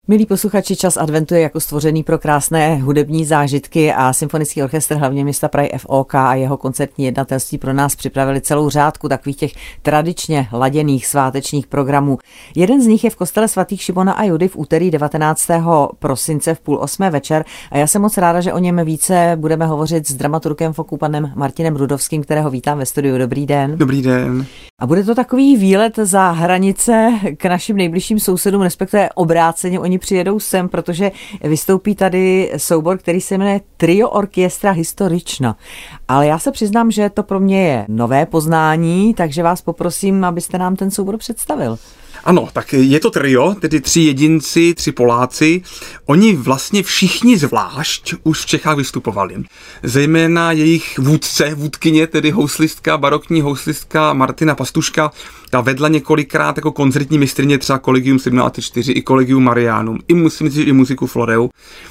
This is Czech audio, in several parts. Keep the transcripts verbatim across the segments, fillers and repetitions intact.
Milí posluchači, čas adventu je jako stvořený pro krásné hudební zážitky a Symfonický orchestr hlavně města Prahy F O K a jeho koncertní jednatelství pro nás připravili celou řádku takových těch tradičně laděných svátečních programů. Jeden z nich je v kostele svatých Šimona a Judy v úterý devatenáctého prosince v půl osmé večer a já jsem moc ráda, že o něm více budeme hovořit s dramaturgem Foku panem Martinem Rudovským, kterého vítám ve studiu. Dobrý den. Dobrý den. A bude to takový výlet za hranice k našim nejbližším sousedům, respektive obráceně oni přijedou sem, protože vystoupí tady soubor, který se jmenuje Trio Orchestra Historiczna. Ale já se přiznám, že to pro mě je nové poznání, takže vás poprosím, abyste nám ten soubor představil. Ano, tak je to trio, tedy tři jedinci, tři Poláci. Oni vlastně všichni zvlášť už v Čechách vystupovali. Zejména jejich vůdce, vůdkyně, tedy houslistka, barokní houslistka Martina Pastuška, ta vedla několikrát jako koncertní mistryně třeba Collegium sedmnáct čtyři i Collegium Marianum, i musím říct, i muziku Floreu.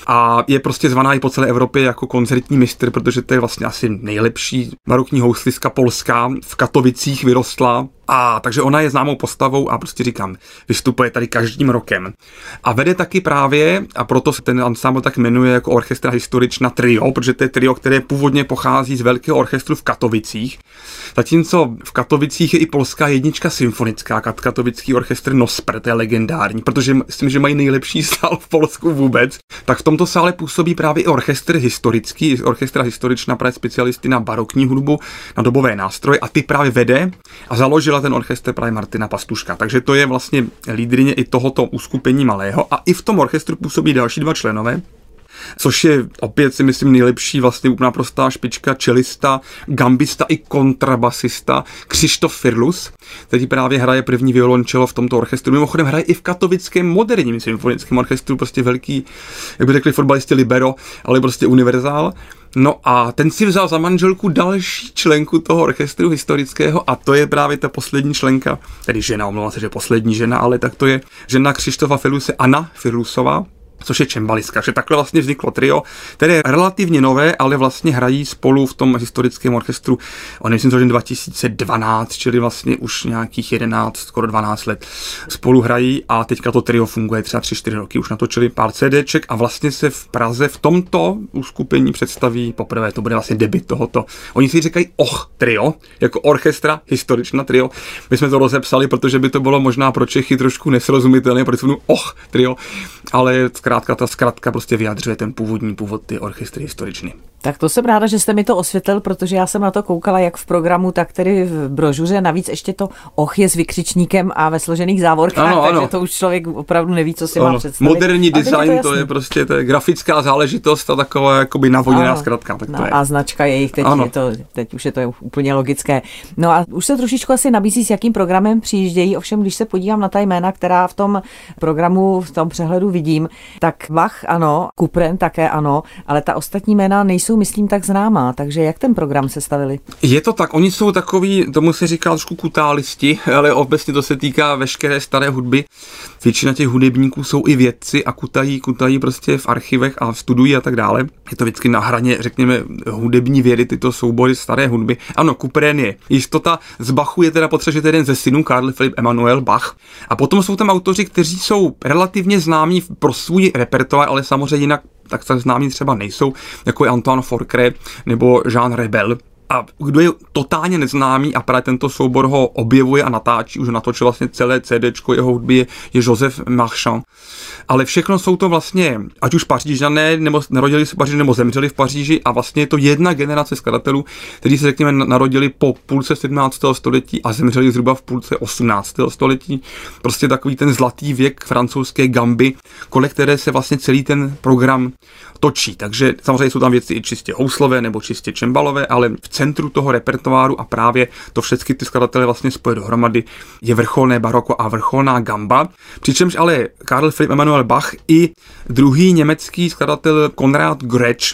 A je prostě zvaná i po celé Evropě jako koncertní mistr, protože to je vlastně asi nejlepší barokní houslistka polská, v Katovicích vyrostla. A takže ona je známou postavou a prostě říkám, vystupuje tady každým rokem. A vede taky právě, a proto se ten ansámbl tak jmenuje jako Orchestra Historiczna Trio, protože to je trio, které původně pochází z velkého orchestru v Katovicích. Zatímco v Katovicích je i polská jednička symfonická, katovický orchestr Nosper, to je legendární, protože myslím, že mají nejlepší sál v Polsku vůbec. Tak v tomto sále působí právě i orchestr historický, Orchestra Historiczna, právě specialisty na barokní hudbu, na dobové nástroje a ty právě vede a založila ten orchestr právě Martina Pastuška. Takže to je vlastně lídrině i tohoto uskupení malého a i v tom orchestru působí další dva členové, což je opět si myslím nejlepší vlastně úplná prostá špička, čelista, gambista i kontrabasista Krzysztof Firlus, který právě hraje první violončelo v tomto orchestru. Mimochodem hraje i v katovickém moderním symfonickém orchestru, prostě velký, jak by řekli fotbalisti libero, ale prostě univerzál. No a ten si vzal za manželku další členku toho orchestru historického a to je právě ta poslední členka, tedy žena, omlouvám se, že poslední žena, ale tak to je žena Krzysztofa Firluse, Anna Firlusová, což je čembalistka, že takhle vlastně vzniklo trio, které je relativně nové, ale vlastně hrají spolu v tom historickém orchestru, on myslím, že dva tisíce dvanáct, čili vlastně už nějakých jedenáct, skoro dvanáct let spolu hrají a teďka to trio funguje třeba tři čtyři roky, už natočili pár CDček a vlastně se v Praze v tomto uskupení představí poprvé, to bude vlastně debut tohoto. Oni si říkají Och trio, jako Orchestra Historiczna Trio. My jsme to rozepsali, protože by to bylo možná pro Čechy trošku nesrozumitelné, protože jsou Och trio, ale zkrátka ta zkratka prostě vyjadřuje ten původní původ ty orchestry historičny. Tak to jsem ráda, že jste mi to osvětlil, protože já jsem na to koukala jak v programu, tak tedy v brožuře. Navíc ještě to Och je s vykřičníkem a ve složených závorkách, ano, takže ano. To už člověk opravdu neví, co si ano. má představit. Moderní design, to, to je prostě to je grafická záležitost a taková jakoby navoněná zkratka. Tak to no, je. A značka jejich, teď, je to, teď už je to úplně logické. No a už se trošičku asi nabízí, s jakým programem přijíždějí, ovšem když se podívám na ta jména, která v tom programu, v tom přehledu vidím, tak Bach ano, Couperin také ano, ale ta ostatní jména nejsou, myslím, tak známá, takže jak ten program sestavili? Je to tak, oni jsou takový, tomu se říká trošku kutálisti, ale obecně to se týká veškeré staré hudby. Většina těch hudebníků jsou i vědci a kutají, kutají prostě v archivech a studují a tak dále. Je to vždycky na hraně, řekněme, hudební vědy, tyto soubory staré hudby. Ano, Couperin je. Jistota z Bachu je teda potřeba, že to je jeden ze synů, Karl Philipp Emanuel Bach. A potom jsou tam autoři, kteří jsou relativně známí pro svůj repertoár, ale samozřejmě jinak tak tak známí třeba nejsou, jako je Antoine Forcret nebo Jean Rebel. A kdo je totálně neznámý a právě tento soubor ho objevuje a natáčí, už natočil vlastně celé CDčko jeho hudby, je, je Joseph Marchand. Ale všechno jsou to vlastně, ať už Pařížané, nebo narodili se v Paříži, nebo zemřeli v Paříži a vlastně je to jedna generace skladatelů, kteří se řekněme narodili po půlce sedmnáctého století a zemřeli zhruba v půlce osmnáctého století. Prostě takový ten zlatý věk francouzské gamby, kolem které se vlastně celý ten program točí. Takže samozřejmě jsou tam věci i čistě houslové nebo čistě čembalové, ale v centru toho repertoáru a právě to všechny ty skladatelé vlastně spojí dohromady je vrcholné baroko a vrcholná gamba. Přičemž ale Karl Philipp Emanuel Bach i druhý německý skladatel Konrad Gretsch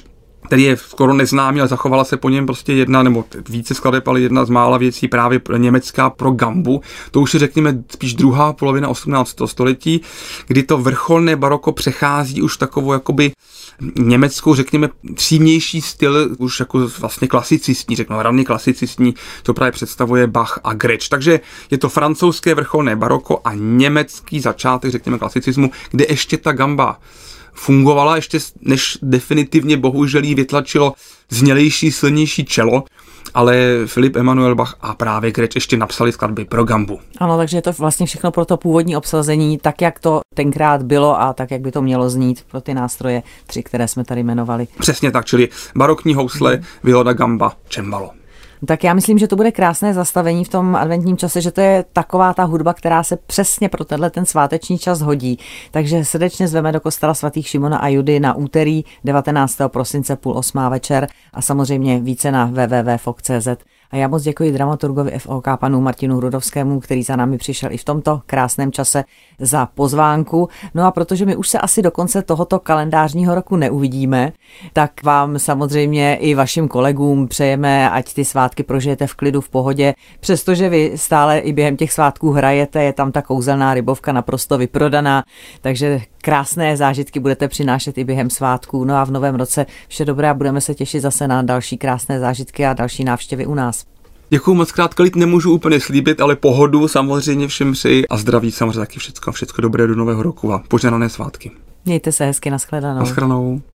který je skoro neznámý, ale zachovala se po něm prostě jedna nebo více skladeb, ale jedna z mála věcí právě německá pro gambu. To už je, řekněme, spíš druhá polovina osmnáctého století, kdy to vrcholné baroko přechází už takovou jakoby německou, řekněme, přímější styl, už jako vlastně klasicistní, řekněme, hlavně klasicistní, to právě představuje Bach a Gretsch. Takže je to francouzské vrcholné baroko a německý začátek, řekněme, klasicismu, kde ještě ta gamba fungovala, ještě než definitivně bohužel jí vytlačilo znělejší, silnější čelo, ale Philipp Emanuel Bach a právě Gretsch ještě napsali skladby pro gambu. Ano, takže je to vlastně všechno pro to původní obsazení, tak jak to tenkrát bylo a tak jak by to mělo znít pro ty nástroje tři, které jsme tady jmenovali. Přesně tak, čili barokní housle, hmm. viola, gamba, cembalo. Tak já myslím, že to bude krásné zastavení v tom adventním čase, že to je taková ta hudba, která se přesně pro tenhle ten sváteční čas hodí. Takže srdečně zveme do kostela svatých Šimona a Judy na úterý devatenáctého prosince půl osmá večer a samozřejmě více na w w w tečka f o k tečka c z. A já moc děkuji dramaturgovi F O K panu Martinu Hrudovskému, který za námi přišel i v tomto krásném čase za pozvánku. No a protože my už se asi do konce tohoto kalendářního roku neuvidíme, tak vám samozřejmě i vašim kolegům přejeme, ať ty svátky prožijete v klidu, v pohodě, přestože vy stále i během těch svátků hrajete, je tam ta kouzelná rybovka naprosto vyprodaná, takže krásné zážitky budete přinášet i během svátků. No a v novém roce vše dobré a budeme se těšit zase na další krásné zážitky a další návštěvy u nás. Děkuju moc krát, klid nemůžu úplně slíbit, ale pohodu samozřejmě všem přeji a zdraví samozřejmě taky všecko, všecko dobré do nového roku a požehnané svátky. Mějte se hezky, nashledanou. Nashledanou.